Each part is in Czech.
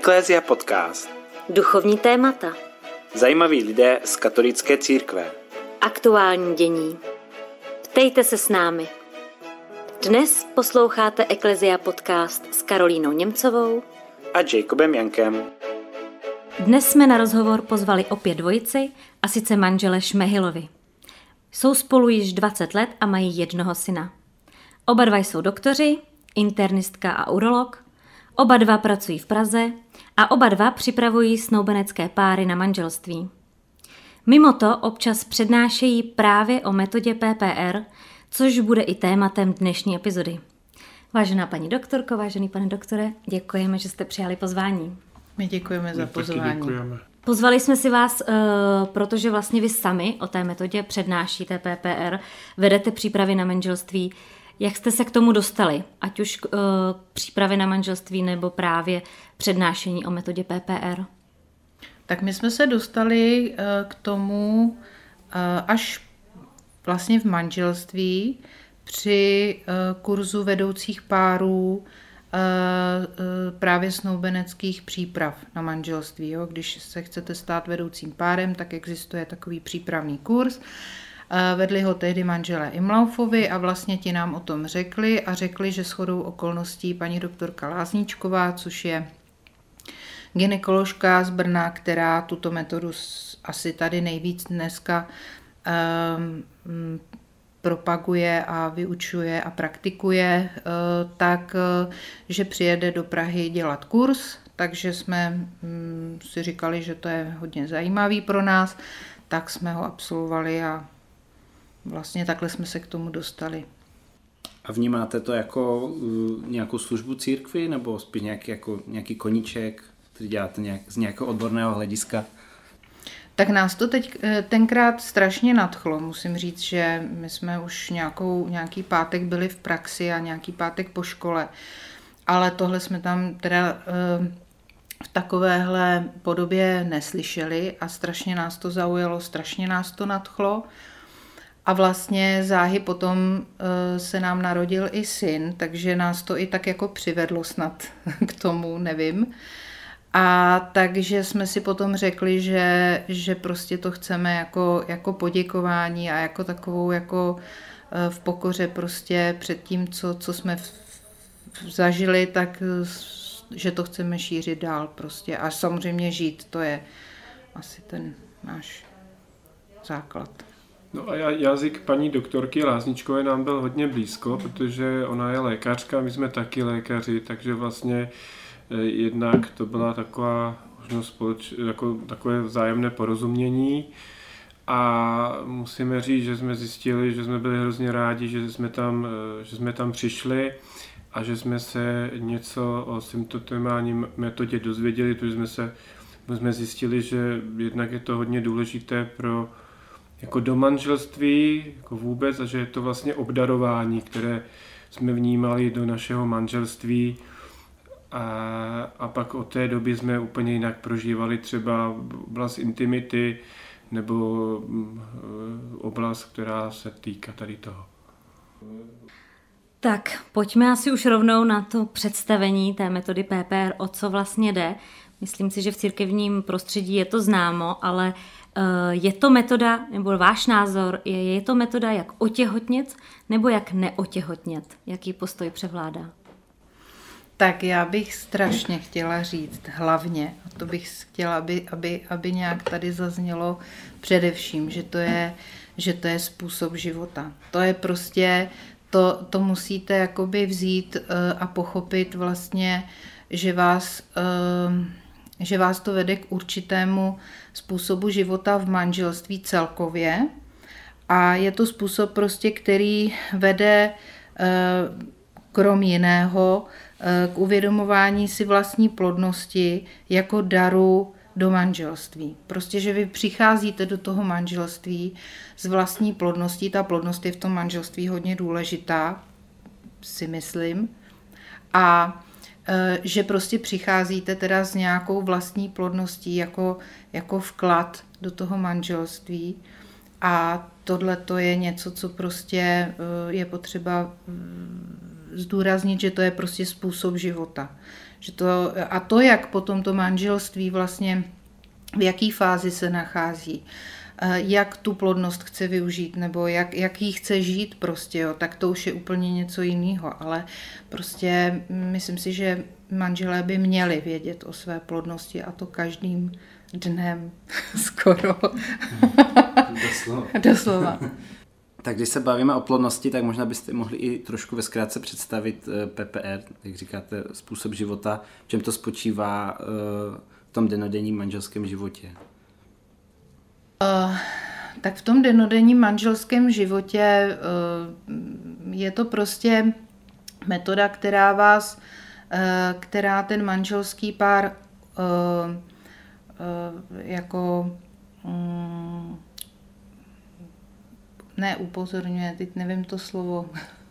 Eklézia podcast. Duchovní témata. Zajímaví lidé z katolické církve. Aktuální dění. Ptejte se s námi. Dnes posloucháte Eklézia podcast s Karolínou Němcovou A Jacobem Jankem. Dnes jsme na rozhovor pozvali opět dvojici, a sice manžele Šmehylovi. Jsou spolu již 20 let a mají jednoho syna. Oba dva jsou doktoři, internistka a urolog, oba dva pracují v Praze a oba dva připravují snoubenecké páry na manželství. Mimo to občas přednášejí právě o metodě PPR, což bude i tématem dnešní epizody. Vážená paní doktorko, vážený pane doktore, děkujeme, že jste přijali pozvání. My děkujeme za pozvání. Děkujeme. Pozvali jsme si vás, protože vlastně vy sami o té metodě přednášíte PPR, vedete přípravy na manželství. Jak jste se k tomu dostali? Ať už přípravy na manželství nebo právě přednášení o metodě PPR? Tak my jsme se dostali k tomu až vlastně v manželství při kurzu vedoucích párů právě snoubeneckých příprav na manželství. Jo? Když se chcete stát vedoucím párem, tak existuje takový přípravný kurz. Vedli ho tehdy manželé Imlaufovi a vlastně ti nám o tom řekli a řekli, že shodou okolností paní doktorka Lázničková, což je gynekoložka z Brna, která tuto metodu asi tady nejvíc dneska propaguje a vyučuje a praktikuje, tak že přijede do Prahy dělat kurz, takže jsme si říkali, že to je hodně zajímavý pro nás, tak jsme ho absolvovali a vlastně takhle jsme se k tomu dostali. A vnímáte to jako nějakou službu církvi nebo spíš nějaký koníček, který děláte z nějakého odborného hlediska? Tak nás to tenkrát strašně nadchlo. Musím říct, že my jsme už nějaký pátek byli v praxi a nějaký pátek po škole. Ale tohle jsme tam teda v takovéhle podobě neslyšeli a strašně nás to zaujalo, strašně nás to nadchlo. A vlastně záhy potom se nám narodil i syn, takže nás to i tak jako přivedlo snad k tomu, nevím. A takže jsme si potom řekli, že prostě to chceme jako poděkování a jako takovou jako v pokoře prostě před tím, co jsme zažili, tak že to chceme šířit dál prostě. A samozřejmě žít, to je asi ten náš základ. No a jazyk paní doktorky Lázničkové nám byl hodně blízko, protože ona je lékařka, my jsme taky lékaři, takže vlastně jednak to byla taková možnost jako takové vzájemné porozumění a musíme říct, že jsme zjistili, že jsme byli hrozně rádi, že jsme tam přišli a že jsme se něco o symptomaální metodě dozvěděli, protože jsme zjistili, že jednak je to hodně důležité pro jako do manželství jako vůbec a že je to vlastně obdarování, které jsme vnímali do našeho manželství a pak od té doby jsme úplně jinak prožívali třeba oblast intimity nebo oblast, která se týká tady toho. Tak, pojďme asi už rovnou na to představení té metody PPR, o co vlastně jde. Myslím si, že v církevním prostředí je to známo, ale je to metoda, nebo váš názor, je to metoda, jak otěhotnět nebo jak neotěhotnět? Jaký postoj převládá? Tak já bych strašně chtěla říct hlavně, a to bych chtěla, aby nějak tady zaznělo především, že to je způsob života. To je prostě, to musíte jakoby vzít a pochopit vlastně, že vás to vede k určitému způsobu života v manželství celkově a je to způsob prostě, který vede krom jiného k uvědomování si vlastní plodnosti jako daru do manželství. Prostě, že vy přicházíte do toho manželství s vlastní plodností, ta plodnost je v tom manželství hodně důležitá, si myslím, a že prostě přicházíte teda s nějakou vlastní plodností jako vklad do toho manželství a tohle to je něco, co prostě je potřeba zdůraznit, že to je prostě způsob života. A to, jak potom to manželství vlastně, v jaký fázi se nachází, jak tu plodnost chce využít, nebo jak ji chce žít prostě, jo, tak to už je úplně něco jiného. Ale prostě myslím si, že manželé by měli vědět o své plodnosti a to každým dnem skoro. Doslova. Tak když se bavíme o plodnosti, tak možná byste mohli i trošku ve zkrátce představit PPR, jak říkáte, způsob života, v čem to spočívá v tom dennodenním manželském životě. Tak v tom dennodenním manželském životě je to prostě metoda, která ten manželský pár jako ne upozorňuje, teď nevím to slovo.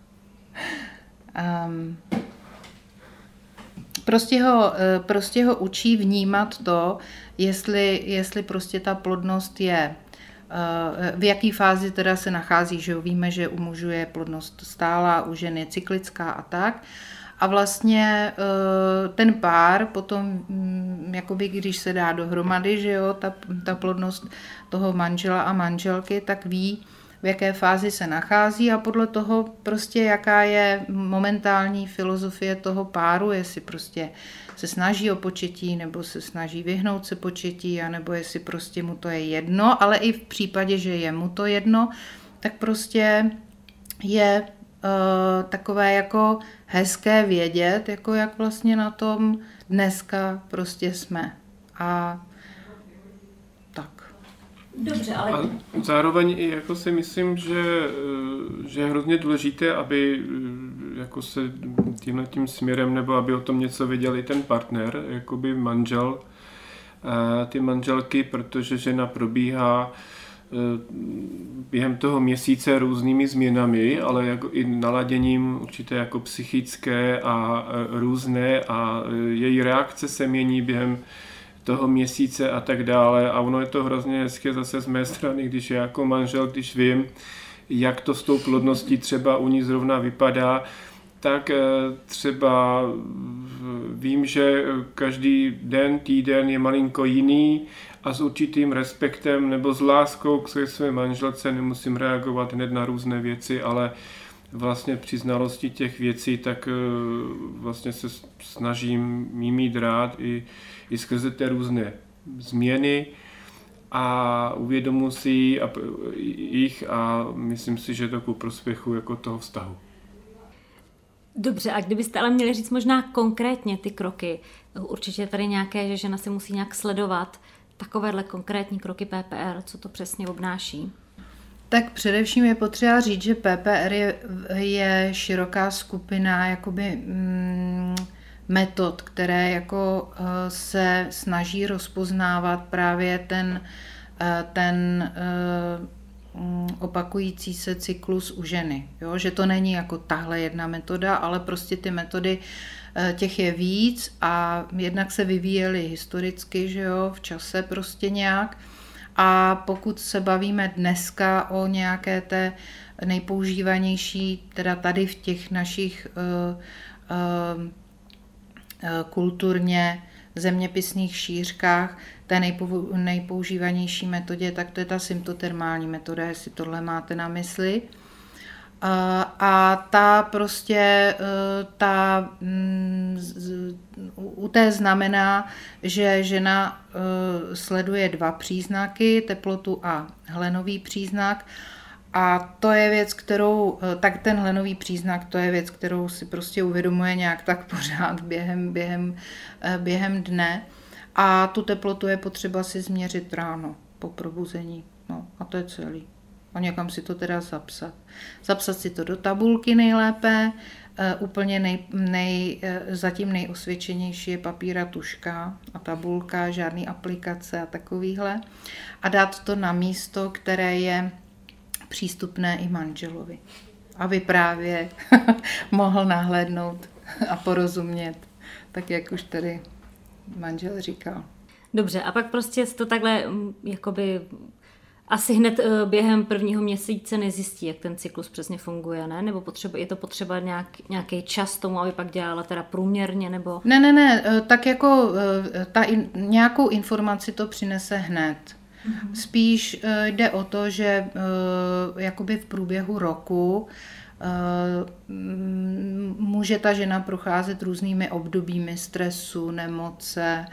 Prostě ho učí vnímat to, jestli prostě ta plodnost je, v jaký fázi teda se nachází, že jo? Víme, že u mužů je plodnost stálá, u žen je cyklická a tak. A vlastně ten pár potom, jakoby když se dá dohromady, že jo, ta plodnost toho manžela a manželky, tak ví, v jaké fázi se nachází a podle toho prostě jaká je momentální filozofie toho páru, jestli prostě se snaží o početí, nebo se snaží vyhnout se početí, anebo jestli prostě mu to je jedno, ale i v případě, že je mu to jedno, tak prostě je takové jako hezké vědět, jako jak vlastně na tom dneska prostě jsme. A tak. Dobře, ale... A zároveň i jako si myslím, že je hrozně důležité, aby jako se tímhletím směrem, nebo aby o tom něco věděl i ten partner, jakoby manžel, ty manželky, protože žena probíhá během toho měsíce různými změnami, ale jako i naladěním určité jako psychické a různé a její reakce se mění během toho měsíce a tak dále a ono je to hrozně hezké zase z mé strany, když já jako manžel, když vím, jak to s tou plodností třeba u ní zrovna vypadá, tak třeba vím, že každý den, týden je malinko jiný a s určitým respektem nebo s láskou k své manželce nemusím reagovat hned na různé věci, ale vlastně při znalosti těch věcí, tak vlastně se snažím jí mít rád i skrze ty různé změny a uvědomuji si jich a myslím si, že to ku prospěchu jako toho vztahu. Dobře, a kdybyste ale měli říct možná konkrétně ty kroky, určitě tady nějaké, že žena si musí nějak sledovat takovéhle konkrétní kroky PPR, co to přesně obnáší? Tak především je potřeba říct, že PPR je široká skupina jakoby metod, které jako se snaží rozpoznávat právě ten opakující se cyklus u ženy. Jo? Že to není jako tahle jedna metoda, ale prostě ty metody těch je víc a jednak se vyvíjely historicky, že jo, v čase prostě nějak. A pokud se bavíme dneska o nějaké té nejpoužívanější, teda tady v těch našich kulturně zeměpisných šířkách, té nejpoužívanější metodě, tak to je ta symptotermální metoda, jestli tohle máte na mysli. A ta prostě, u té znamená, že žena sleduje 2 příznaky, teplotu a hlenový příznak. A to je věc, tak ten hlenový příznak, to je věc, kterou si prostě uvědomuje nějak tak pořád během dne. A tu teplotu je potřeba si změřit ráno po probuzení. No, a to je celý. A někam si to teda zapsat. Zapsat si to do tabulky nejlépe. Úplně zatím nejosvědčenější je papír a tužka a tabulka, žádný aplikace a takovýhle. A dát to na místo, které je přístupné i manželovi. Aby právě mohl nahlédnout a porozumět, tak jak už tady manžel říkal. Dobře, a pak prostě to takhle jakoby Asi hned během prvního měsíce nezjistí, jak ten cyklus přesně funguje, ne? Nebo je to potřeba nějaký čas tomu, aby pak dělala teda průměrně, nebo... Ne, tak jako nějakou informaci to přinese hned. Spíš jde o to, že jakoby v průběhu roku může ta žena procházet různými obdobími stresu, nemoce,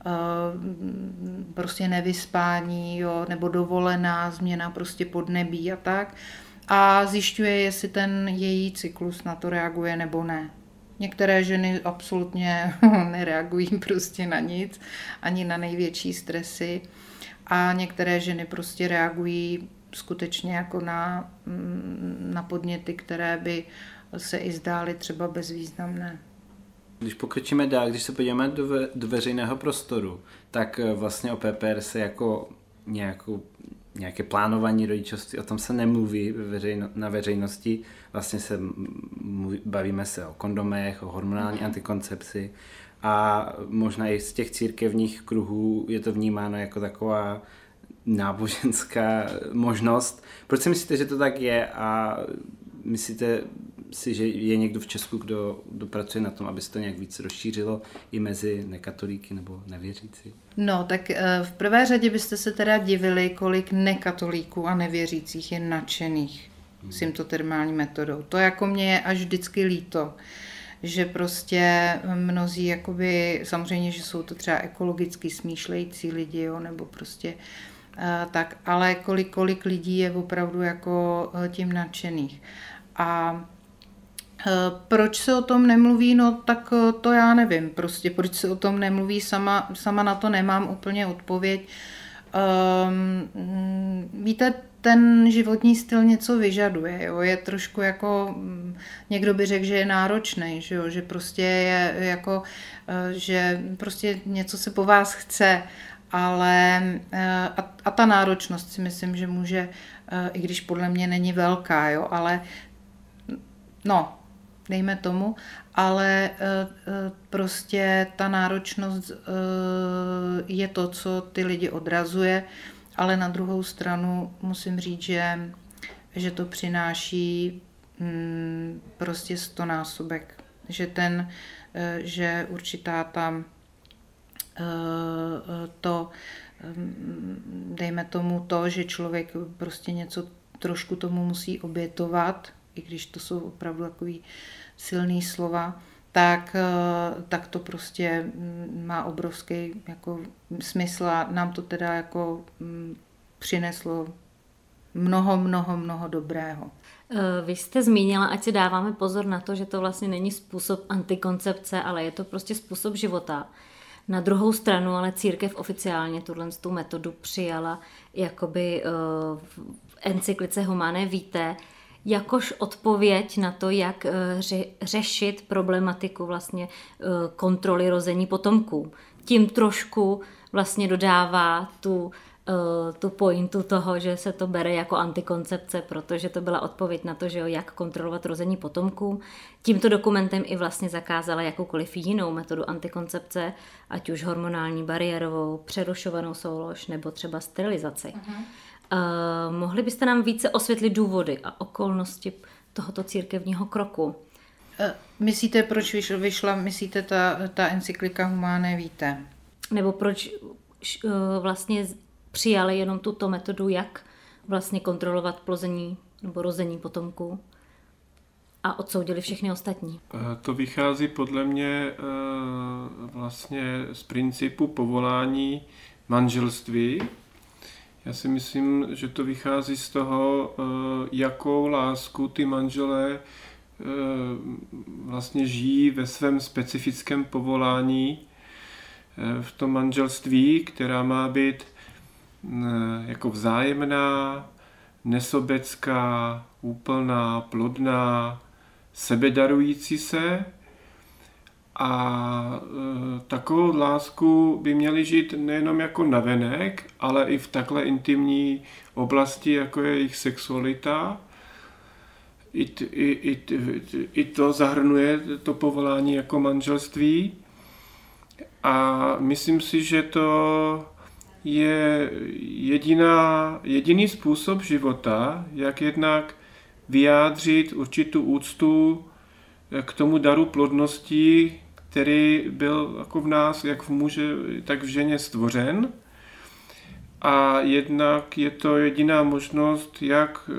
prostě nevyspání, jo, nebo dovolená, změna prostě podnebí a tak. A zjišťuje, jestli ten její cyklus na to reaguje nebo ne. Některé ženy absolutně nereagují prostě na nic, ani na největší stresy. A některé ženy prostě reagují skutečně jako na podněty, které by se i zdály třeba bezvýznamné. Když pokročíme dál, když se podíváme do veřejného prostoru, tak vlastně o PPR se jako nějaké plánování rodičovství, o tom se nemluví na veřejnosti. Vlastně bavíme se o kondomech, o hormonální antikoncepci a možná i z těch církevních kruhů je to vnímáno jako taková náboženská možnost. Proč si myslíte, že to tak je a myslíte si, že je někdo v Česku, kdo pracuje na tom, aby se to nějak víc rozšířilo i mezi nekatolíky nebo nevěřící? No, tak v prvé řadě byste se teda divili, kolik nekatolíků a nevěřících je nadšených symptotermální metodou. To jako mě je až vždycky líto, že prostě mnozí jakoby, samozřejmě, že jsou to třeba ekologicky smýšlející lidi, jo, nebo prostě tak, ale kolik lidí je opravdu jako tím nadšených. A proč se o tom nemluví, no tak to já nevím, prostě proč se o tom nemluví, sama na to nemám úplně odpověď. Víte, ten životní styl něco vyžaduje, jo? Je trošku jako, někdo by řekl, že je náročný, že prostě je jako, že prostě něco se po vás chce, ale a ta náročnost si myslím, že může, i když podle mě není velká, jo, ale no, dejme tomu, ale prostě ta náročnost je to, co ty lidi odrazuje, ale na druhou stranu musím říct, že to přináší prostě 100násobek, že určitá tam to, dejme tomu to, že člověk prostě něco trošku tomu musí obětovat, i když to jsou opravdu takový silný slova, tak to prostě má obrovský jako smysl a nám to teda jako přineslo mnoho dobrého. Vy jste zmínila, ať si dáváme pozor na to, že to vlastně není způsob antikoncepce, ale je to prostě způsob života. Na druhou stranu ale církev oficiálně tu metodu přijala jakoby v encyklice Humanae Vitae jakož odpověď na to, jak řešit problematiku vlastně kontroly rození potomků. Tím trošku vlastně dodává tu pointu toho, že se to bere jako antikoncepce, protože to byla odpověď na to, že jak kontrolovat rození potomků. Tímto dokumentem i vlastně zakázala jakoukoliv jinou metodu antikoncepce, ať už hormonální bariérovou, přerušovanou soulož nebo třeba sterilizaci. Mohli byste nám více osvětlit důvody a okolnosti tohoto církevního kroku? Myslíte, proč vyšla, myslíte ta encyklika Humanae Vitae? Nebo proč vlastně přijali jenom tuto metodu, jak vlastně kontrolovat plození nebo rození potomků a odsoudili všechny ostatní? To vychází podle mě vlastně z principu povolání manželství. Já si myslím, že to vychází z toho, jakou lásku ty manželé vlastně žijí ve svém specifickém povolání v tom manželství, která má být jako vzájemná, nesobecká, úplná, plodná, sebedarující se. A takovou lásku by měli žít nejenom jako navenek, ale i v takhle intimní oblasti, jako je jejich sexualita. I to zahrnuje to povolání jako manželství. A myslím si, že to je jediný způsob života, jak jednak vyjádřit určitou úctu k tomu daru plodnosti, který byl jako v nás, jak v muži, tak v ženě stvořen. A jednak je to jediná možnost, jak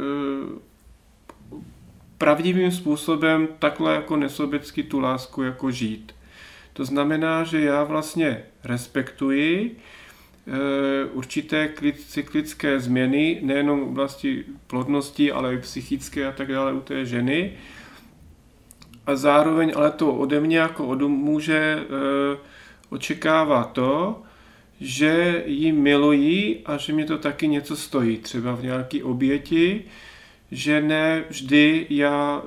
pravdivým způsobem takhle jako nesobecky tu lásku jako žít. To znamená, že já vlastně respektuji určité cyklické změny, nejenom v oblasti plodnosti, ale i psychické a tak dále u té ženy. A zároveň ale to ode mě jako od muže očekává to, že ji miluji a že mě to taky něco stojí, třeba v nějaké oběti, že ne vždy já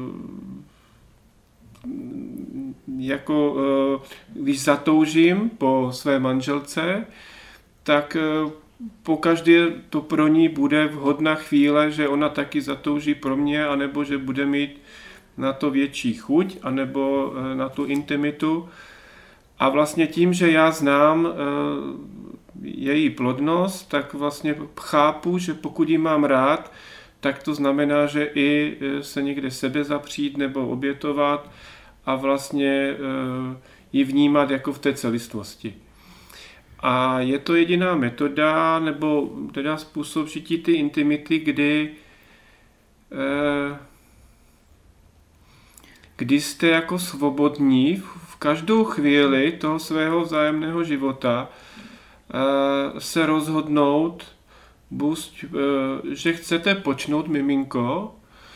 když zatoužím po své manželce, tak pokaždé to pro ní bude vhodná chvíle, že ona taky zatouží pro mě, anebo že bude mít na to větší chuť, anebo na tu intimitu. A vlastně tím, že já znám její plodnost, tak vlastně chápu, že pokud ji mám rád, tak to znamená, že i se někde sebe zapřít nebo obětovat a vlastně ji vnímat jako v té celistvosti. A je to jediná metoda, nebo teda způsob žití ty intimity, kdy jste jako svobodní v každou chvíli toho svého vzájemného života se rozhodnout, buď, že chcete počnout miminko,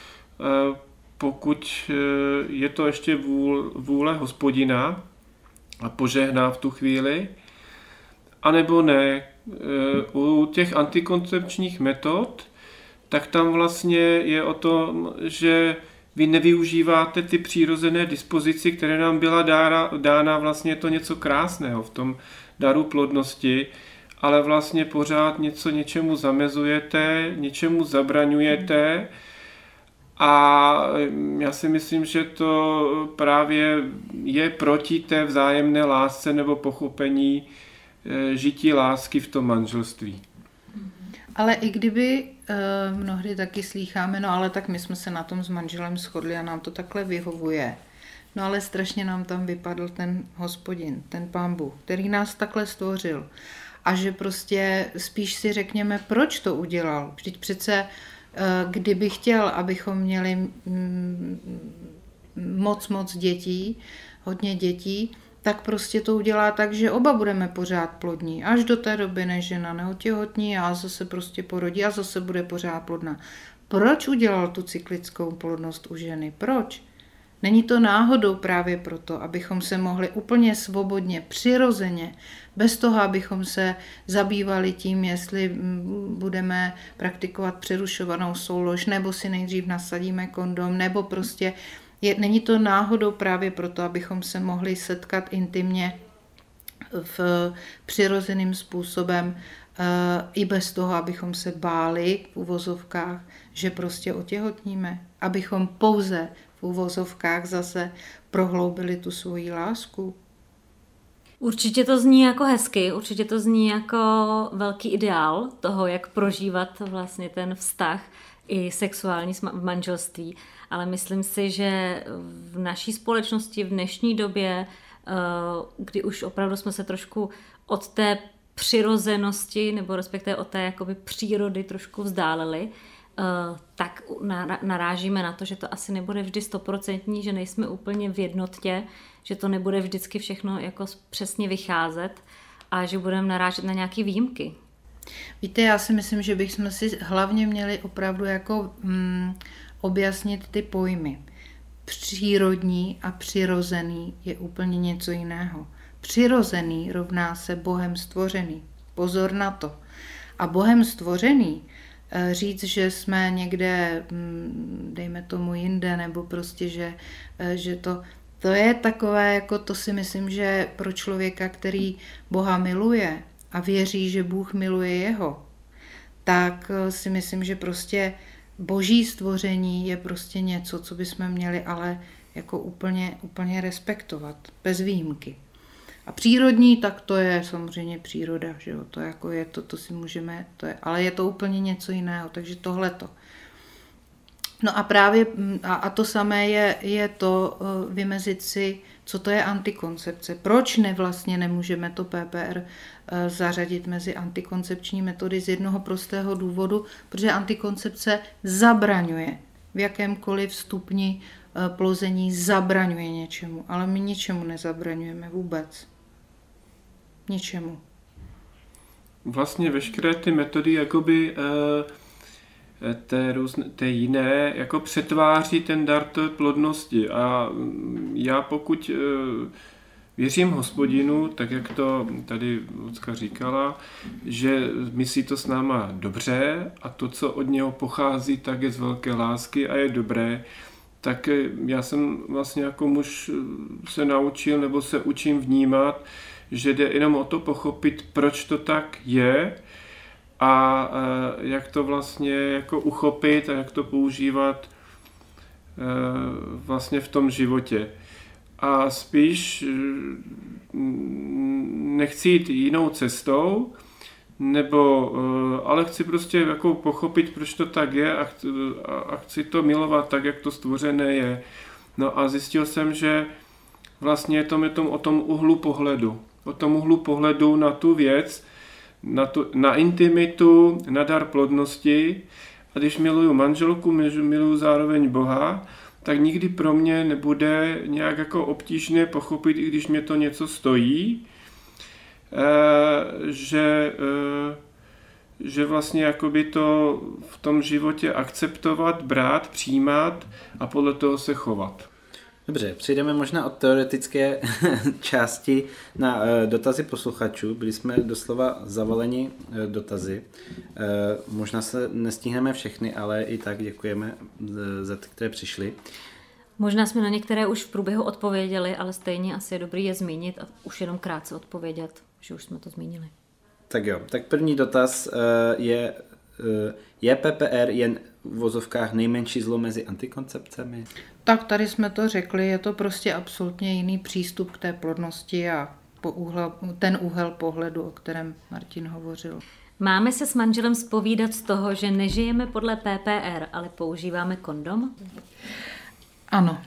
pokud je to ještě vůle Hospodina a požehná v tu chvíli, anebo ne. U těch antikoncepčních metod, tak tam vlastně je o tom, že vy nevyužíváte ty přirozené dispozici, které nám byla dána vlastně to něco krásného v tom daru plodnosti, ale vlastně pořád něčemu zamezujete, něčemu zabraňujete a já si myslím, že to právě je proti té vzájemné lásce nebo pochopení žití lásky v tom manželství. Ale i kdyby mnohdy taky slýcháme, no ale tak my jsme se na tom s manželem shodli a nám to takhle vyhovuje. No ale strašně nám tam vypadl ten Hospodin, ten Pán Bůh, který nás takhle stvořil. A že prostě spíš si řekněme, proč to udělal. Vždyť přece, kdyby chtěl, abychom měli moc dětí, hodně dětí, tak prostě to udělá tak, že oba budeme pořád plodní. Až do té doby, než žena neotěhotní a zase prostě porodí a zase bude pořád plodná. Proč udělal tu cyklickou plodnost u ženy? Proč? Není to náhodou právě proto, abychom se mohli úplně svobodně, přirozeně, bez toho, abychom se zabývali tím, jestli budeme praktikovat přerušovanou soulož, nebo si nejdřív nasadíme kondom, nebo prostě není to náhodou právě proto, abychom se mohli setkat intimně v přirozeným způsobem, i bez toho, abychom se báli v uvozovkách, že prostě otěhotníme, abychom pouze v uvozovkách zase prohloubili tu svoji lásku. Určitě to zní jako hezky, určitě to zní jako velký ideál toho, jak prožívat vlastně ten vztah i sexuální v manželství, ale myslím si, že v naší společnosti v dnešní době, kdy už opravdu jsme se trošku od té přirozenosti nebo respektive od té jakoby přírody trošku vzdálili, tak narážíme na to, že to asi nebude vždy 100%, že nejsme úplně v jednotě, že to nebude vždycky všechno jako přesně vycházet a že budeme narážet na nějaké výjimky. Víte, já si myslím, že bychom si hlavně měli opravdu jako objasnit ty pojmy. Přírodní a přirozený je úplně něco jiného. Přirozený rovná se Bohem stvořený. Pozor na to. A Bohem stvořený říct, že jsme někde, dejme tomu jinde, nebo prostě, že to je takové, jako to si myslím, že pro člověka, který Boha miluje a věří, že Bůh miluje jeho, tak si myslím, že prostě boží stvoření je prostě něco, co bychom měli ale jako úplně respektovat, bez výjimky. A přírodní, tak to je samozřejmě příroda, že jo? To jako je to si můžeme, ale je to úplně něco jiného, takže tohleto. No a právě a to samé je to vymezit si, co to je antikoncepce. Proč vlastně nemůžeme to PPR zařadit mezi antikoncepční metody z jednoho prostého důvodu, protože antikoncepce zabraňuje v jakémkoliv stupni plození, zabraňuje něčemu, ale my ničemu nezabraňujeme vůbec. Ničemu. Vlastně veškeré ty metody jakoby té jiné jako přetváří ten dar té plodnosti a já pokud věřím Hospodinu, tak jak to tady Lucka říkala, že myslí to s náma dobře a to, co od něho pochází, tak je z velké lásky a je dobré, tak já jsem vlastně jako muž se naučil nebo se učím vnímat, že jde jenom o to pochopit, proč to tak je a jak to vlastně jako uchopit a jak to používat vlastně v tom životě. A spíš nechci jít jinou cestou, ale chci prostě jako pochopit, proč to tak je a chci to milovat tak, jak to stvořené je. No a zjistil jsem, že vlastně je to o tom úhlu pohledu. O tom úhlu pohledu na tu věc, na intimitu, na dar plodnosti. A když miluju manželku, miluju zároveň Boha, tak nikdy pro mě nebude nějak jako obtížné pochopit, i když mě to něco stojí, že vlastně jakoby to v tom životě akceptovat, brát, přijímat a podle toho se chovat. Dobře, přejdeme možná od teoretické části na dotazy posluchačů. Byli jsme doslova zavaleni dotazy. Možná se nestihneme všechny, ale i tak děkujeme za ty, které přišly. Možná jsme na některé už v průběhu odpověděli, ale stejně asi je dobrý je zmínit a už jenom krátce odpovědět, že už jsme to zmínili. Tak jo, tak první dotaz je PPR jen v vozovkách nejmenší zlo mezi antikoncepcemi? Tak tady jsme to řekli, je to prostě absolutně jiný přístup k té plodnosti a ten úhel pohledu, o kterém Martin hovořil. Máme se s manželem zpovídat z toho, že nežijeme podle PPR, ale používáme kondom? Ano.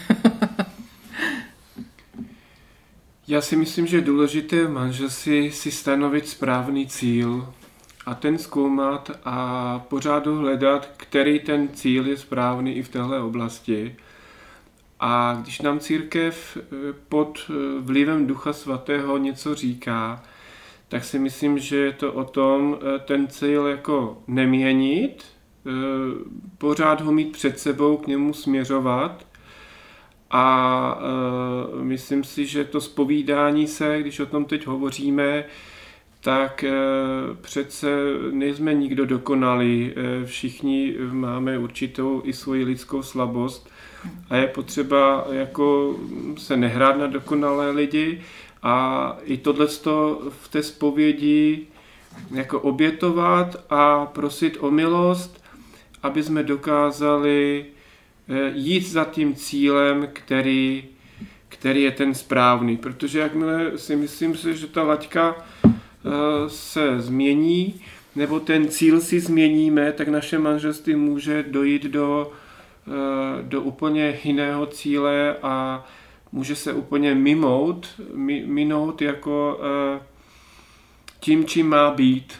Já si myslím, že je důležité v manželství si stanovit správný cíl a ten zkoumat a pořád hledat, který ten cíl je správný i v téhle oblasti. A když nám církev pod vlivem Ducha Svatého něco říká, tak si myslím, že je to o tom ten cíl jako neměnit, pořád ho mít před sebou, k němu směřovat. A myslím si, že to zpovídání se, když o tom teď hovoříme, tak přece nejsme nikdo dokonalý. Všichni máme určitou i svoji lidskou slabost a je potřeba jako se nehrát na dokonalé lidi a i tohleto v té zpovědi jako obětovat a prosit o milost, aby jsme dokázali jít za tím cílem, který je ten správný. Protože jakmile si myslím, že ta laťka se změní, nebo ten cíl si změníme, tak naše manželství může dojít do úplně jiného cíle a může se úplně minout jako tím, čím má být.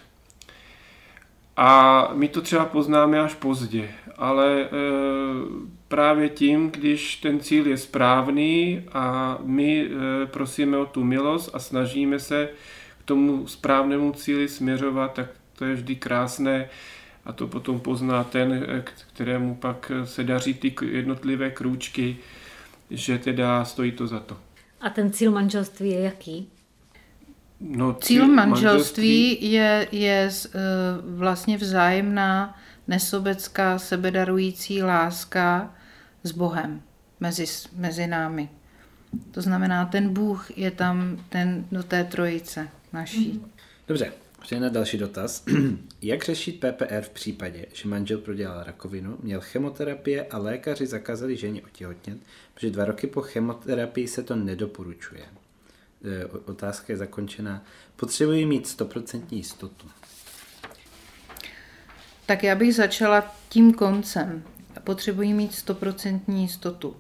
A my to třeba poznáme až pozdě, ale právě tím, když ten cíl je správný a my prosíme o tu milost a snažíme se k tomu správnému cíli směřovat, tak to je vždy krásné a to potom pozná ten, kterému pak se daří ty jednotlivé krůčky, že teda stojí to za to. A ten cíl manželství je jaký? No, cíl manželství je vlastně vzájemná nesobecká sebedarující láska s Bohem mezi námi. To znamená, ten Bůh je tam do té trojice naší. Dobře, přejdeme na další dotaz. Jak řešit PPR v případě, že manžel prodělal rakovinu, měl chemoterapie a lékaři zakázali ženě otěhotnět, protože 2 roky po chemoterapii se to nedoporučuje? Otázka je zakončená. Potřebuji mít 100% jistotu. Tak já bych začala tím koncem. Potřebuji mít 100% jistotu.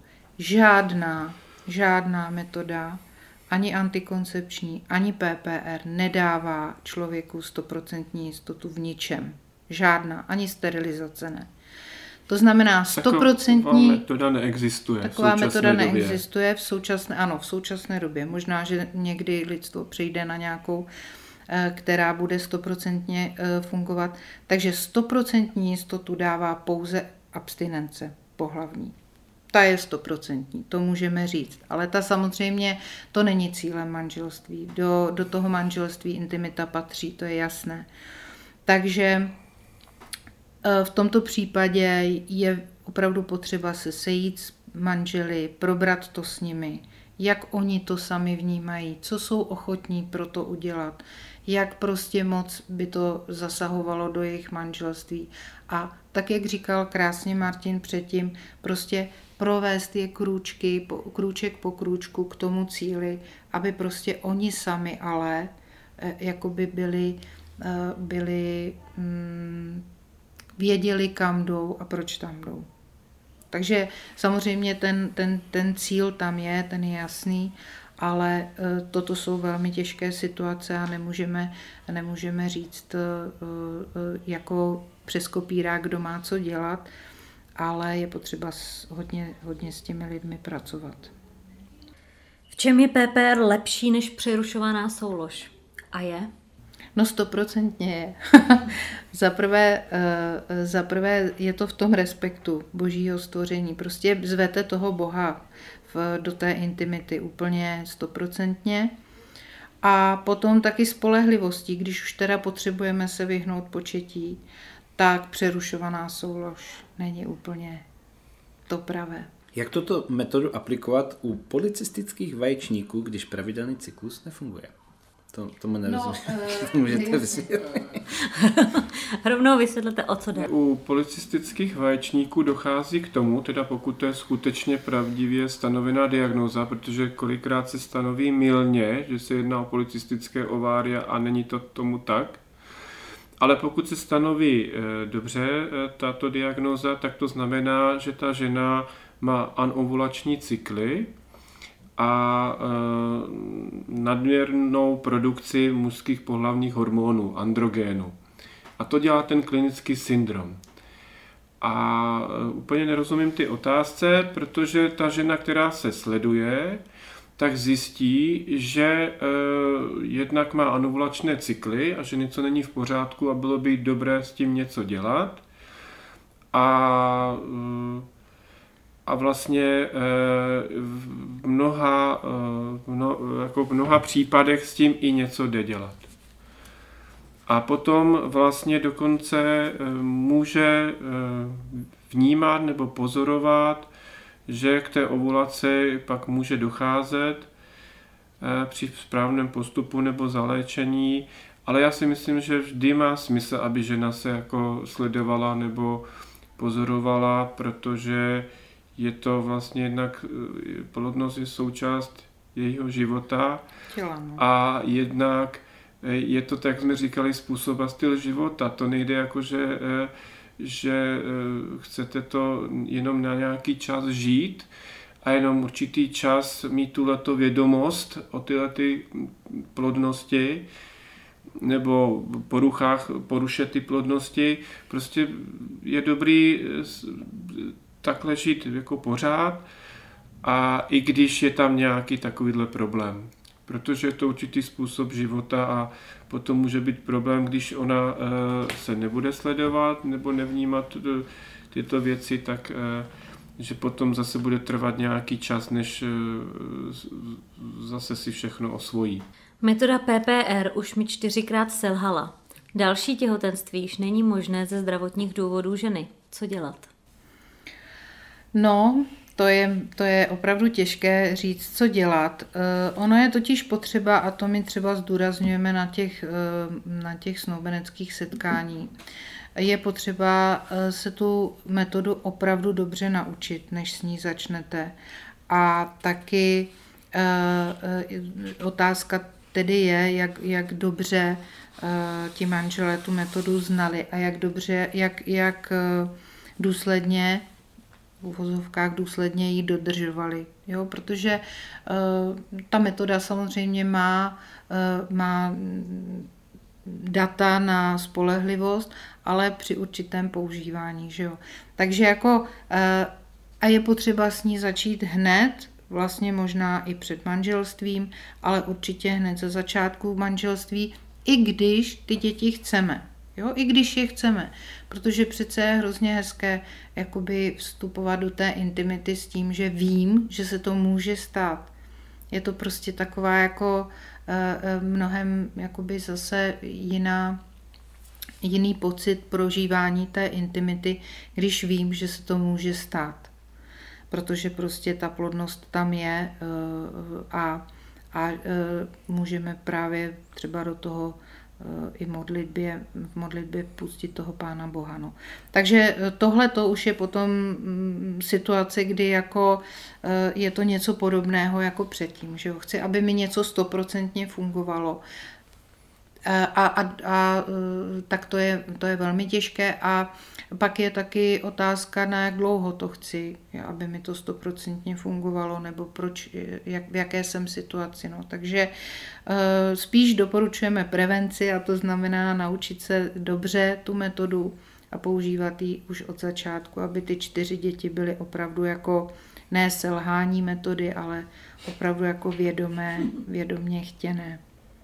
Žádná metoda, ani antikoncepční, ani PPR nedává člověku 100% jistotu v ničem. Žádná, ani sterilizace ne. To znamená 100%... Taková metoda neexistuje. Taková metoda neexistuje v současné době. Možná, že někdy lidstvo přijde na nějakou, která bude 100% fungovat. Takže 100% jistotu dává pouze abstinence pohlavní. Ta je 100%, to můžeme říct. Ale ta samozřejmě, to není cílem manželství. Do toho manželství intimita patří, to je jasné. Takže v tomto případě je opravdu potřeba se sejít s manželi, probrat to s nimi, jak oni to sami vnímají, co jsou ochotní pro to udělat, jak prostě moc by to zasahovalo do jejich manželství. A tak, jak říkal krásně Martin předtím, prostě provést je krůček po krůčku k tomu cíli, aby prostě oni sami ale jakoby byli věděli, kam jdou a proč tam jdou. Takže samozřejmě ten cíl tam je, ten je jasný, ale toto jsou velmi těžké situace a nemůžeme říct jako přes kopírák, kdo má co dělat, ale je potřeba hodně s těmi lidmi pracovat. V čem je PPR lepší než přerušovaná soulož? A je? No 100% je. Za prvé je to v tom respektu božího stvoření. Prostě zvete toho Boha do té intimity úplně 100%. A potom taky spolehlivostí, když už teda potřebujeme se vyhnout početí, tak přerušovaná soulož není úplně to pravé. Jak tuto metodu aplikovat u policistických vaječníků, když pravidelný cyklus nefunguje? Tomu nerozumím. Můžete vysvětlit? Rovnou vysvětlete, o co jde. U policistických vaječníků dochází k tomu, teda pokud to je skutečně pravdivě stanovená diagnóza, protože kolikrát se stanoví mylně, že se jedná o policistické ovária a není to tomu tak. Ale pokud se stanoví dobře tato diagnóza, tak to znamená, že ta žena má anovulační cykly a nadměrnou produkci mužských pohlavních hormonů, androgénu. A to dělá ten klinický syndrom. A úplně nerozumím ty otázce, protože ta žena, která se sleduje, tak zjistí, že jednak má anovulačné cykly a že něco není v pořádku a bylo by dobré s tím něco dělat. A vlastně v mnoha případech s tím i něco jde dělat. A potom vlastně dokonce může vnímat nebo pozorovat, že k té ovulaci pak může docházet při správném postupu nebo zaléčení, ale já si myslím, že vždy má smysl, aby žena se jako sledovala nebo pozorovala, protože je to vlastně jednak, plodnost je součást jejího života a jednak je to, tak jak jsme říkali, způsob a styl života. To nejde jako, že chcete to jenom na nějaký čas žít a jenom určitý čas mít tuhleto vědomost o tyhlety plodnosti nebo poruše ty plodnosti. Prostě je dobrý takhle žít jako pořád a i když je tam nějaký takovýhle problém. Protože je to určitý způsob života a potom může být problém, když ona se nebude sledovat nebo nevnímat tyto věci, tak že potom zase bude trvat nějaký čas, než zase si všechno osvojí. Metoda PPR už mi 4krát selhala. Další těhotenství již není možné ze zdravotních důvodů ženy. Co dělat? No, to je opravdu těžké říct, co dělat. Ono je totiž potřeba, a to my třeba zdůrazňujeme na těch snoubeneckých setkání, je potřeba se tu metodu opravdu dobře naučit, než s ní začnete. A taky Otázka tedy je, jak dobře ti manželé tu metodu znali a jak dobře, jak důsledně, v uvozovkách důsledně ji dodržovali. Jo? Protože ta metoda samozřejmě má data na spolehlivost, ale při určitém používání. Že jo? Takže jako, a je potřeba s ní začít hned, vlastně možná i před manželstvím, ale určitě hned ze začátku manželství, i když ty děti chceme. Jo? I když je chceme, protože přece je hrozně hezké jakoby vstupovat do té intimity s tím, že vím, že se to může stát. Je to prostě taková jako mnohem jakoby zase jiný pocit prožívání té intimity, když vím, že se to může stát. Protože prostě ta plodnost tam je a můžeme právě třeba do toho i v modlitbě pustit toho Pána Boha. No. Takže tohle to už je potom situace, kdy jako je to něco podobného jako předtím. Že jo? Chci, aby mi něco 100% fungovalo. Tak to je velmi těžké a pak je taky otázka, na jak dlouho to chci, aby mi to 100% fungovalo, nebo v jaké jsem situaci. No. Takže spíš doporučujeme prevenci a to znamená naučit se dobře tu metodu a používat ji už od začátku, aby ty 4 děti byly opravdu jako ne selhání metody, ale opravdu jako vědomě chtěné.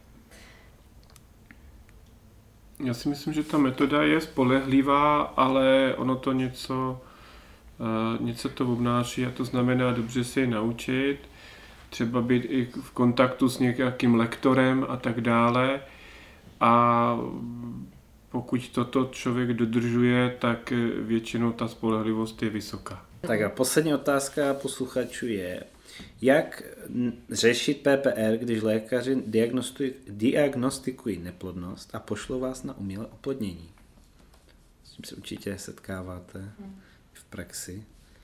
Já si myslím, že ta metoda je spolehlivá, ale ono to něco to obnáší a to znamená dobře si ji naučit, třeba být i v kontaktu s nějakým lektorem a tak dále. A pokud toto člověk dodržuje, tak většinou ta spolehlivost je vysoká. Tak a poslední otázka posluchačů je, jak řešit PPR, když lékaři diagnostikují neplodnost a pošlou vás na umělé oplodnění? S tím se určitě setkáváte v praxi.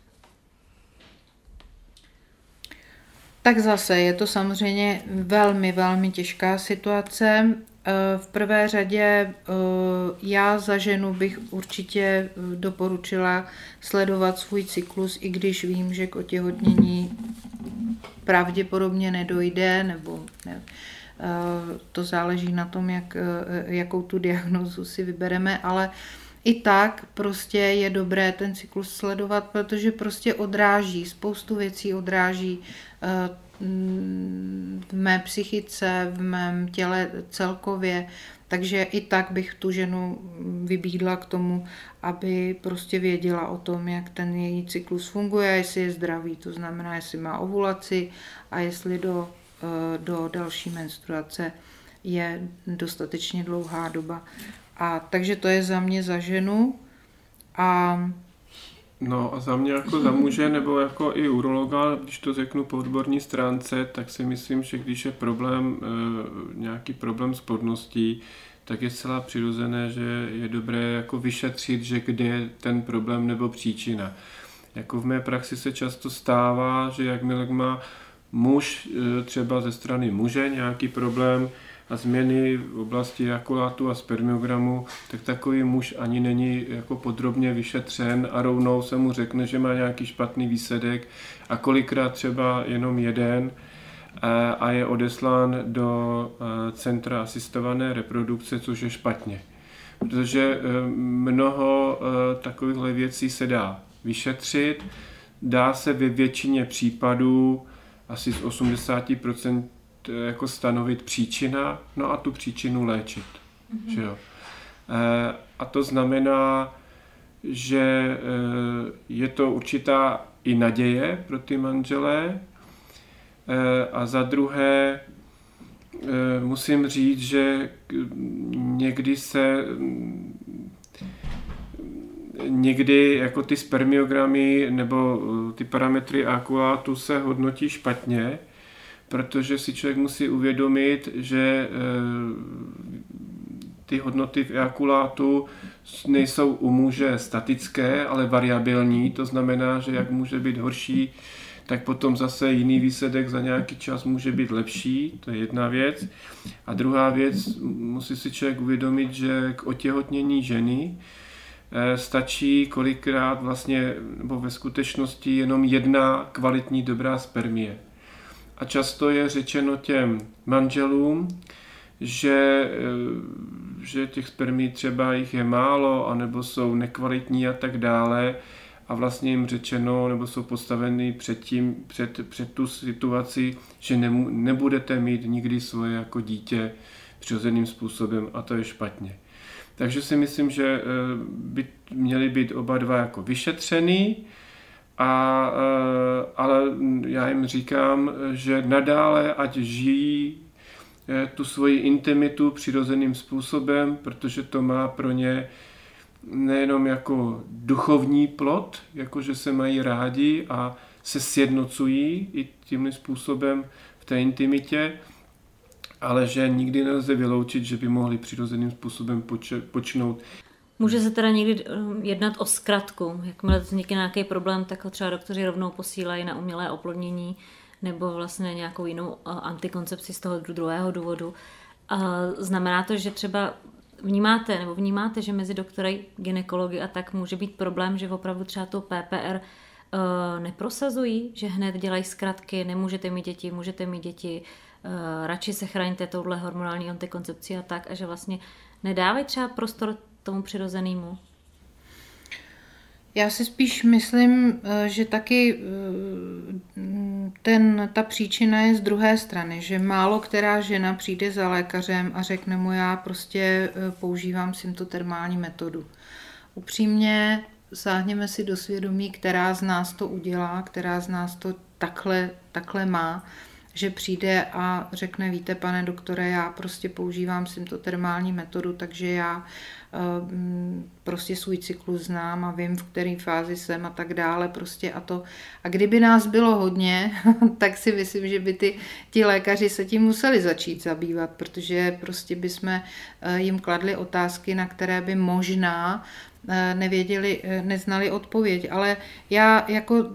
Tak zase je to samozřejmě velmi, velmi těžká situace. V prvé řadě já za ženu bych určitě doporučila sledovat svůj cyklus, i když vím, že k otěhotnění pravděpodobně nedojde, nebo ne. To záleží na tom, jakou tu diagnózu si vybereme, ale i tak prostě je dobré ten cyklus sledovat, protože prostě odráží, spoustu věcí odráží v mé psychice, v mém těle celkově, takže i tak bych tu ženu vybídla k tomu, aby prostě věděla o tom, jak ten její cyklus funguje, jestli je zdravý, to znamená, jestli má ovulaci a jestli do další menstruace je dostatečně dlouhá doba. A takže to je za mě za ženu. No a za mě jako za muže nebo jako i urologa, když to řeknu po odborní stránce, tak si myslím, že když je nějaký problém s plodností, tak je zcela přirozené, že je dobré jako vyšetřit, že kde je ten problém nebo příčina. Jako v mé praxi se často stává, že jakmile má muž třeba ze strany muže nějaký problém a změny v oblasti ejakulátu a spermiogramu, tak takový muž ani není jako podrobně vyšetřen a rovnou se mu řekne, že má nějaký špatný výsledek a kolikrát třeba jenom jeden a je odeslán do centra asistované reprodukce, což je špatně. Protože mnoho takovýchhle věcí se dá vyšetřit, dá se ve většině případů asi z 80% jako stanovit příčina, no a tu příčinu léčit. Že jo? A to znamená, že je to určitá i naděje pro ty manželé. A za druhé musím říct, že někdy jako ty spermiogramy nebo ty parametry ejakulátu se hodnotí špatně, protože si člověk musí uvědomit, že ty hodnoty v ejakulátu nejsou u muže statické, ale variabilní. To znamená, že jak může být horší tak potom zase jiný výsledek za nějaký čas může být lepší, to je jedna věc. A druhá věc, musí si člověk uvědomit, že k otěhotnění ženy stačí kolikrát vlastně, nebo ve skutečnosti jenom jedna kvalitní dobrá spermie. A často je řečeno těm manželům, že těch spermí třeba jich je málo, anebo jsou nekvalitní a tak dále. A vlastně jim řečeno, nebo jsou postaveny před tu situaci, že nebudete mít nikdy svoje jako dítě přirozeným způsobem a to je špatně. Takže si myslím, že by měli být oba dva jako vyšetřený, ale já jim říkám, že nadále ať žijí tu svoji intimitu přirozeným způsobem, protože to má pro ně nejenom jako duchovní plod, jako že se mají rádi a se sjednocují i tímhle způsobem v té intimitě, ale že nikdy nelze vyloučit, že by mohli přirozeným způsobem počnout. Může se teda někdy jednat o zkratku. Jakmile vznikne nějaký problém, tak ho třeba doktoři rovnou posílají na umělé oplodnění nebo vlastně nějakou jinou antikoncepci z toho druhého důvodu. Znamená to, že třeba vnímáte, že mezi doktory, gynekology a tak může být problém, že opravdu třeba to PPR neprosazují, že hned dělají zkratky, nemůžete mít děti, můžete mít děti, radši se chraňte touhle hormonální antikoncepcí a tak, a že vlastně nedávají třeba prostor tomu přirozenému. Já si spíš myslím, že taky ta příčina je z druhé strany, že málo která žena přijde za lékařem a řekne mu, já prostě používám symptotermální metodu. Upřímně sáhněme si do svědomí, která z nás to udělá, která z nás to takhle má, že přijde a řekne, víte, pane doktore, já prostě používám symptotermální metodu, takže já prostě svůj cyklus znám a vím, v které fázi jsem a tak dále prostě a to. A kdyby nás bylo hodně, tak si myslím, že by ti lékaři se tím museli začít zabývat, protože prostě bychom jim kladli otázky, na které by možná neznali odpověď, ale já jako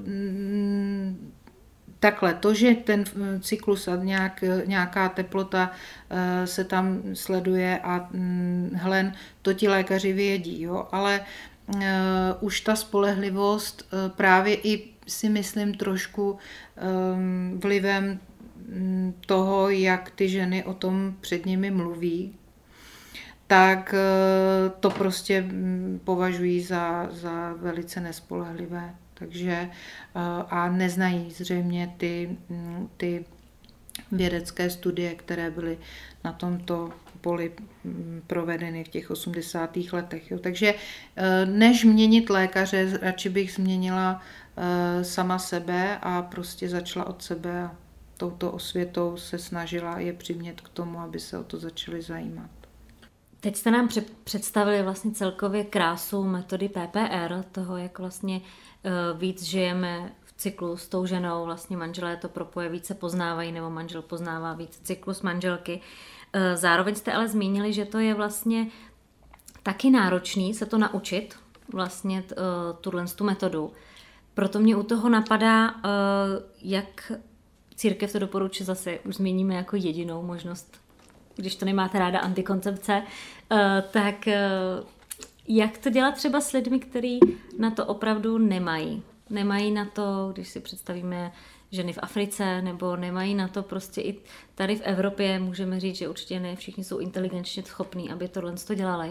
takhle, to, že ten cyklus a nějaká teplota se tam sleduje a hlen, to ti lékaři vědí, jo? Ale už ta spolehlivost právě i si myslím trošku vlivem toho, jak ty ženy o tom před nimi mluví, tak to prostě považují za velice nespolehlivé. Takže a neznají zřejmě ty vědecké studie, které byly na tomto poli provedeny v těch 80. letech. Jo. Takže než měnit lékaře, radši bych změnila sama sebe a prostě začala od sebe a touto osvětou se snažila je přimět k tomu, aby se o to začali zajímat. Teď jste nám představili vlastně celkově krásu metody PPR, toho, jak vlastně víc žijeme v cyklu s tou ženou, vlastně manželé to propoje, více poznávají, nebo manžel poznává víc cyklus manželky. Zároveň jste ale zmínili, že to je vlastně taky náročný se to naučit, vlastně tu metodu. Proto mě u toho napadá, jak církev to doporučuje, zase už zmíníme jako jedinou možnost, když to nemáte ráda antikoncepce, tak jak to dělat třeba s lidmi, kteří na to opravdu nemají. Nemají na to, když si představíme ženy v Africe, nebo nemají na to prostě i tady v Evropě, můžeme říct, že určitě ne všichni jsou inteligentně schopní, aby tohle to dělali.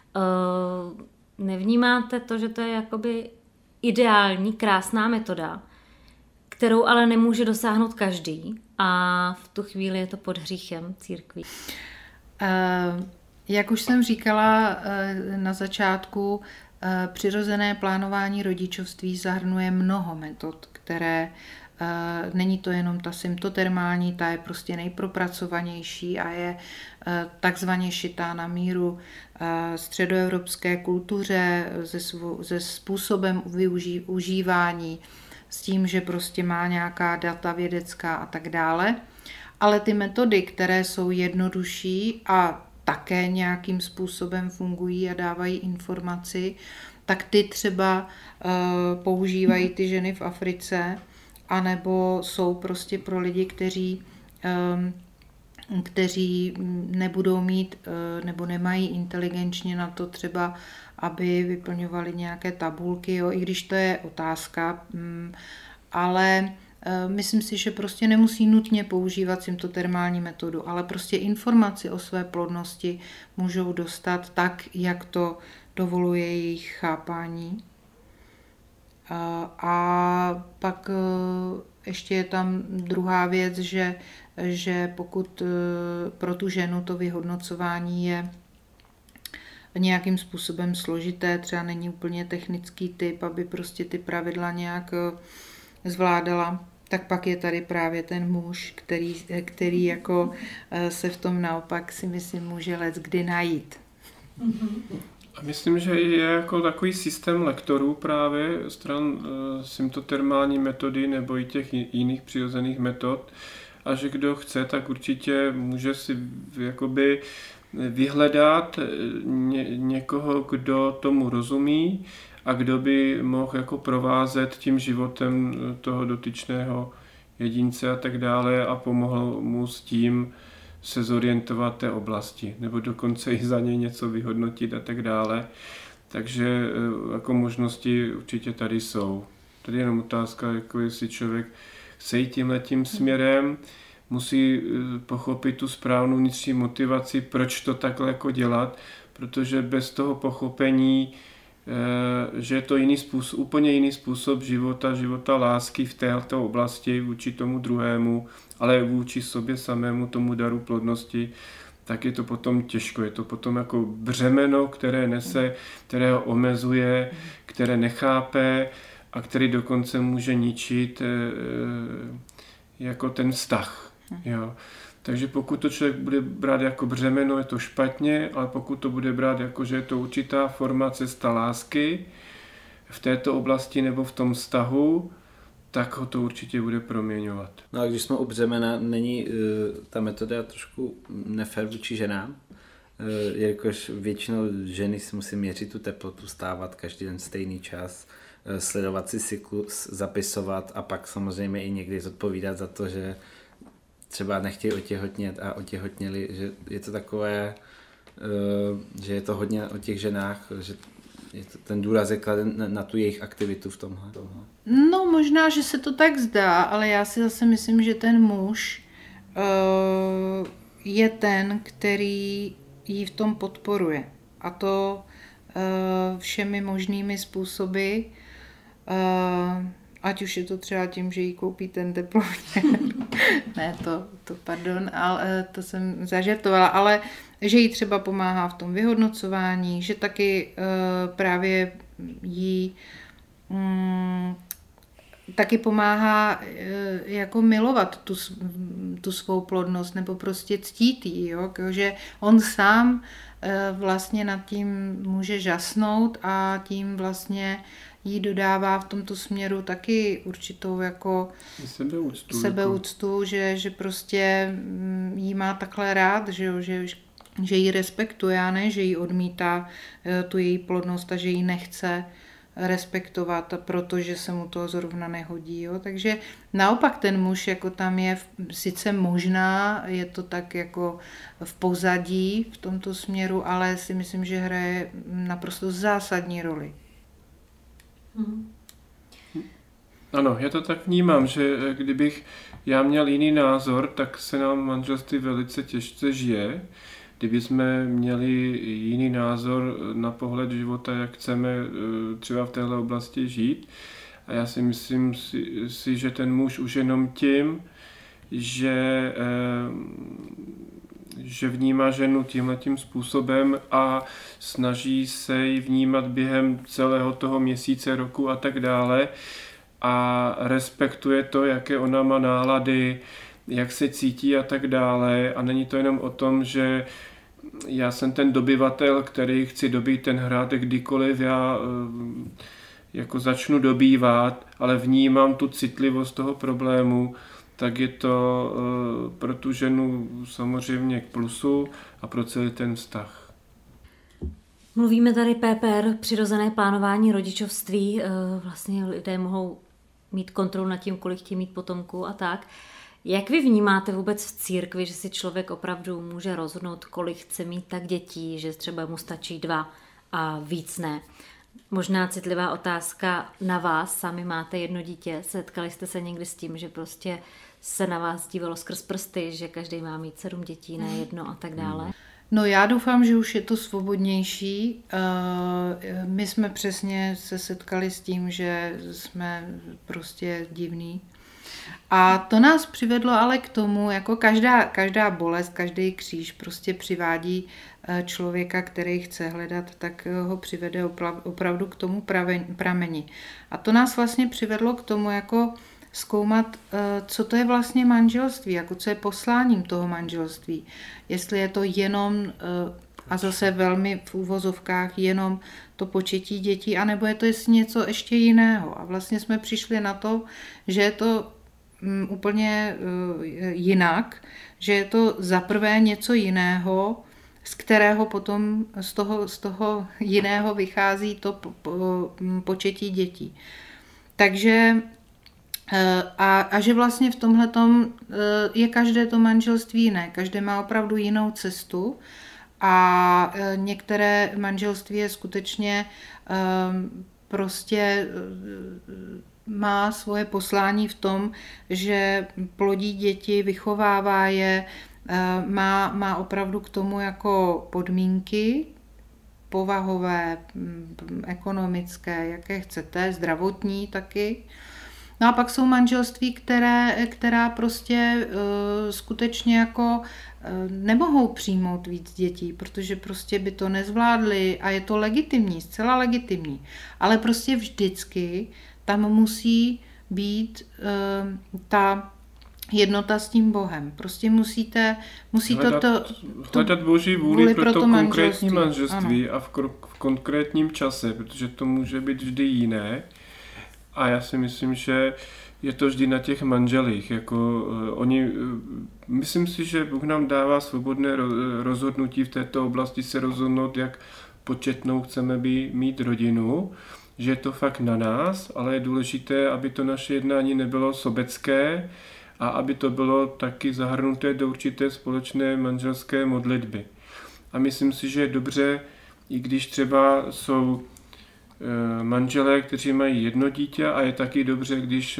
Nevnímáte to, že to je jakoby ideální, krásná metoda, kterou ale nemůže dosáhnout každý a v tu chvíli je to pod hříchem církví? Jak už jsem říkala na začátku, přirozené plánování rodičovství zahrnuje mnoho metod, které není to jenom ta symptotermální, ta je prostě nejpropracovanější a je takzvaně šitá na míru středoevropské kultuře se způsobem užívání, s tím, že prostě má nějaká data vědecká a tak dále. Ale ty metody, které jsou jednodušší a také nějakým způsobem fungují a dávají informaci, tak ty třeba používají ty ženy v Africe anebo jsou prostě pro lidi, kteří nebudou mít nebo nemají inteligenčně na to třeba, aby vyplňovali nějaké tabulky, jo, i když to je otázka, ale myslím si, že prostě nemusí nutně používat symptotermální metodu, ale prostě informaci o své plodnosti můžou dostat tak, jak to dovoluje jejich chápání. A pak ještě je tam druhá věc, že pokud pro tu ženu to vyhodnocování je nějakým způsobem složité, třeba není úplně technický typ, aby prostě ty pravidla nějak zvládala, tak pak je tady právě ten muž, který jako se v tom naopak si myslím může leckdy najít. A myslím, že je jako takový systém lektorů právě stran symptotermální metody nebo i těch jiných přirozených metod, a že kdo chce, tak určitě může si jakoby vyhledat někoho, kdo tomu rozumí a kdo by mohl jako provázet tím životem toho dotyčného jedince a tak dále a pomohl mu s tím se zorientovat té oblasti, nebo dokonce i za něj něco vyhodnotit a tak dále. Takže jako možnosti určitě tady jsou. Tady je jenom otázka, jako jestli člověk chce jít tímhletím směrem, musí pochopit tu správnou vnitřní motivaci, proč to takhle jako dělat, protože bez toho pochopení, že je to jiný způsob, úplně jiný způsob života lásky v této oblasti vůči tomu druhému, ale vůči sobě samému, tomu daru plodnosti, tak je to potom těžko. Je to potom jako břemeno, které nese, které ho omezuje, které nechápe a který dokonce může ničit jako ten vztah. Jo. Takže pokud to člověk bude brát jako břemeno, je to špatně, ale pokud to bude brát jako, že je to určitá forma cesta lásky v této oblasti nebo v tom vztahu, tak ho to určitě bude proměňovat. No a když jsme u břemena, není ta metoda trošku nefér vůči ženám? Jelikož většinou ženy si musí měřit tu teplotu, stávat každý den stejný čas, sledovat si cyklus, zapisovat a pak samozřejmě i někdy zodpovídat za to, že třeba nechtějí otěhotnět a otěhotněli, že je to takové, že je to hodně o těch ženách, že je to, ten důraz je kladen na tu jejich aktivitu v tomhle. No možná, že se to tak zdá, ale já si zase myslím, že ten muž je ten, který ji v tom podporuje. A to všemi možnými způsoby, ať už je to třeba tím, že jí koupí ten teploměr, ne, to pardon, ale to jsem zažertovala, ale že jí třeba pomáhá v tom vyhodnocování, že taky právě jí taky pomáhá jako milovat tu svou plodnost nebo prostě ctít jí, jo? Že on sám vlastně nad tím může žasnout a tím vlastně jí dodává v tomto směru taky určitou jako sebeúctu, že prostě jí má takhle rád, že ji respektuje a ne, že ji odmítá tu její plodnost a že ji nechce respektovat, protože se mu to zrovna nehodí. Jo? Takže naopak ten muž jako tam je sice možná, je to tak jako v pozadí v tomto směru, ale si myslím, že hraje naprosto zásadní roli. Ano, já to tak vnímám, že kdybych já měl jiný názor, tak se nám manželství velice těžce žije. Kdyby jsme měli jiný názor na pohled života, jak chceme třeba v téhle oblasti žít. A já si myslím si, že ten muž už jenom tím, že vnímá ženu tímhletím způsobem a snaží se ji vnímat během celého toho měsíce, roku a tak dále a respektuje to, jaké ona má nálady, jak se cítí a tak dále. A není to jenom o tom, že já jsem ten dobyvatel, který chci dobít ten hrad kdykoliv já jako začnu dobývat, ale vnímám tu citlivost toho problému, tak je to pro tu ženu samozřejmě k plusu a pro celý ten vztah. Mluvíme tady PPR, přirozené plánování rodičovství. Vlastně lidé mohou mít kontrolu nad tím, kolik chtějí mít potomků a tak. Jak vy vnímáte vůbec v církvi, že si člověk opravdu může rozhodnout, kolik chce mít tak dětí, že třeba mu stačí 2 a víc ne? Možná citlivá otázka na vás, sami máte 1 dítě, setkali jste se někdy s tím, že prostě se na vás dívalo skrz prsty, že každý má mít 7 dětí, ne 1 a tak dále? No já doufám, že už je to svobodnější. My jsme přesně se setkali s tím, že jsme prostě divní. A to nás přivedlo ale k tomu, jako každá bolest, každý kříž prostě přivádí člověka, který chce hledat, tak ho přivede opravdu k tomu prameni. A to nás vlastně přivedlo k tomu, jako zkoumat, co to je vlastně manželství, jako co je posláním toho manželství. Jestli je to jenom, a zase velmi v úvozovkách, jenom to početí dětí, anebo je to něco ještě jiného. A vlastně jsme přišli na to, že je to úplně jinak, že je to zaprvé něco jiného, z kterého potom z toho jiného vychází to početí dětí. Takže a že vlastně v tomhletom je každé to manželství jiné, každé má opravdu jinou cestu a některé manželství je skutečně prostě má svoje poslání v tom, že plodí děti, vychovává je, má opravdu k tomu jako podmínky povahové, ekonomické, jaké chcete, zdravotní taky. No a pak jsou manželství, která prostě skutečně jako nemohou přijmout víc dětí, protože prostě by to nezvládli a je to legitimní, zcela legitimní. Ale prostě vždycky tam musí být ta jednota s tím Bohem. Prostě musí hledat Boží vůli pro to konkrétní manželství ano. A v konkrétním čase, protože to může být vždy jiné. A já si myslím, že je to vždy na těch manželích. Myslím si, že Bůh nám dává svobodné rozhodnutí v této oblasti se rozhodnout, jak početnou chceme mít rodinu, že je to fakt na nás, ale je důležité, aby to naše jednání nebylo sobecké a aby to bylo taky zahrnuté do určité společné manželské modlitby. A myslím si, že je dobře, i když třeba jsou manželé, kteří mají 1 dítě a je taky dobře, když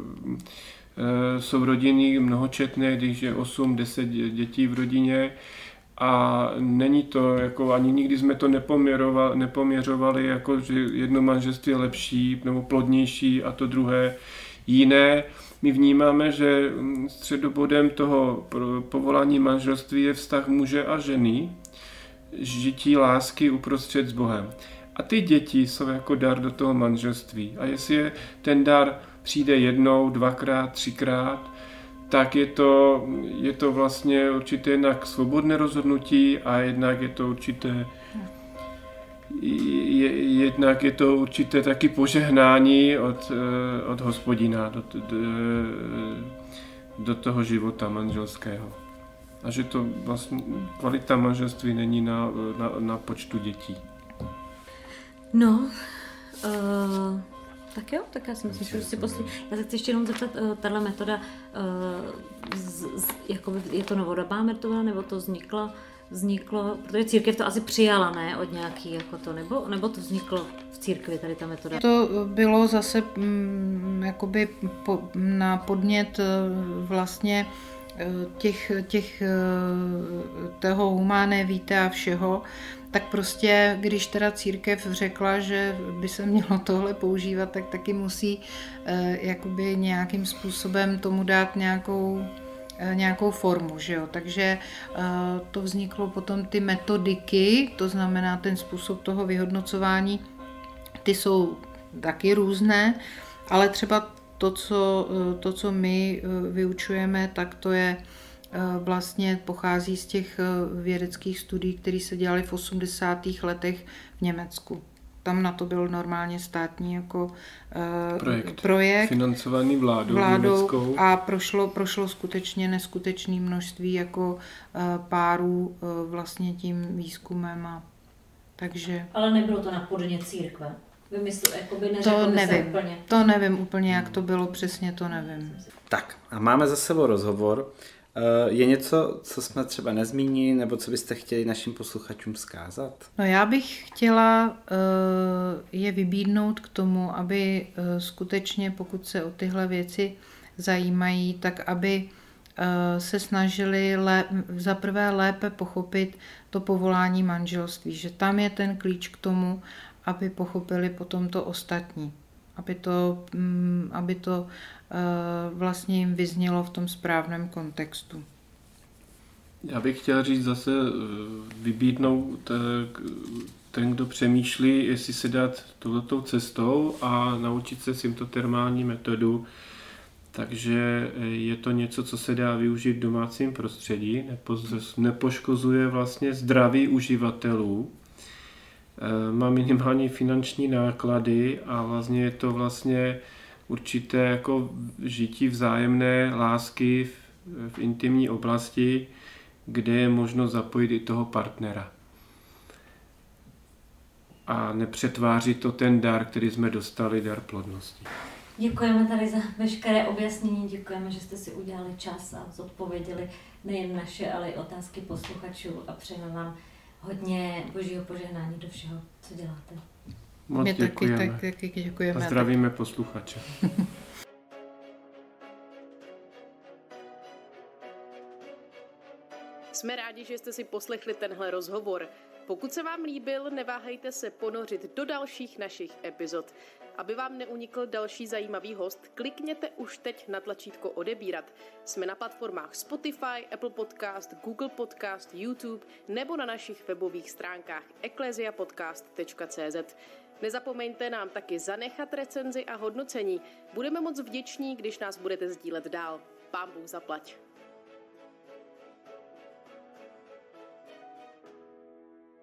jsou rodiny mnohočetné, když je 8-10 dětí v rodině a není to, jako ani nikdy jsme to nepoměřovali, jako že jedno manželství je lepší nebo plodnější a to druhé jiné. My vnímáme, že středobodem toho povolání manželství je vztah muže a ženy, žití lásky uprostřed s Bohem. A ty děti jsou jako dar do toho manželství. A jestli ten dar přijde 1, 2krát, 3krát, tak je to vlastně určité jednak svobodné rozhodnutí a jednak je to určité taky požehnání od Hospodina do toho života manželského. A že to vlastně kvalita manželství není na počtu dětí. No, tak jo, tak já si myslím, že si Já se chci ještě jenom zeptat, tahle metoda, jakoby je to novodobá metoda, nebo to vzniklo, protože církev to asi přijala, ne, od nějaký jako to, nebo to vzniklo v církvi, tady ta metoda? To bylo zase jakoby na podnět vlastně toho humánné víte a všeho, tak prostě, když teda církev řekla, že by se mělo tohle používat, tak taky musí jakoby nějakým způsobem tomu dát nějakou formu, že jo. Takže to vzniklo potom ty metodiky, to znamená ten způsob toho vyhodnocování, ty jsou taky různé, ale třeba to, co my vyučujeme, tak to je vlastně pochází z těch vědeckých studií, které se dělaly v 80. letech v Německu. Tam na to byl normálně státní jako projekt financovaný vládou německou. A prošlo skutečně neskutečné množství jako párů vlastně tím výzkumem. Takže... Ale nebylo to na podnět církve? vymysl, jakoby To nevím. To nevím úplně, jak to bylo přesně, to nevím. Tak a máme za sebou rozhovor. Je něco, co jsme třeba nezmínili, nebo co byste chtěli našim posluchačům vzkázat? No já bych chtěla je vybídnout k tomu, aby skutečně, pokud se o tyhle věci zajímají, tak aby se snažili za prvé lépe pochopit to povolání manželství, že tam je ten klíč k tomu, aby pochopili potom to ostatní, aby to vlastně jim vyznělo v tom správném kontextu. Já bych chtěl říct zase, vybídnout ten, kdo přemýšlí, jestli se dát touhletou cestou a naučit se symptotermální metodu. Takže je to něco, co se dá využít v domácím prostředí, nepoškozuje vlastně zdraví uživatelů, má minimální finanční náklady a vlastně je to vlastně určité jako žití vzájemné lásky v intimní oblasti, kde je možno zapojit i toho partnera. A nepřetvářit to ten dar, který jsme dostali, dar plodnosti. Děkujeme tady za veškeré objasnění, děkujeme, že jste si udělali čas a zodpověděli nejen naše, ale i otázky posluchačů a přejeme vám hodně božího požehnání do všeho, co děláte. Moc děkujeme. Taky děkujeme. A zdravíme posluchače. Jsme rádi, že jste si poslechli tenhle rozhovor. Pokud se vám líbil, neváhejte se ponořit do dalších našich epizod. Aby vám neunikl další zajímavý host, klikněte už teď na tlačítko odebírat. Jsme na platformách Spotify, Apple Podcast, Google Podcast, YouTube nebo na našich webových stránkách ecclesiapodcast.cz. Nezapomeňte nám taky zanechat recenzi a hodnocení. Budeme moc vděční, když nás budete sdílet dál. Pán Bůh zaplať.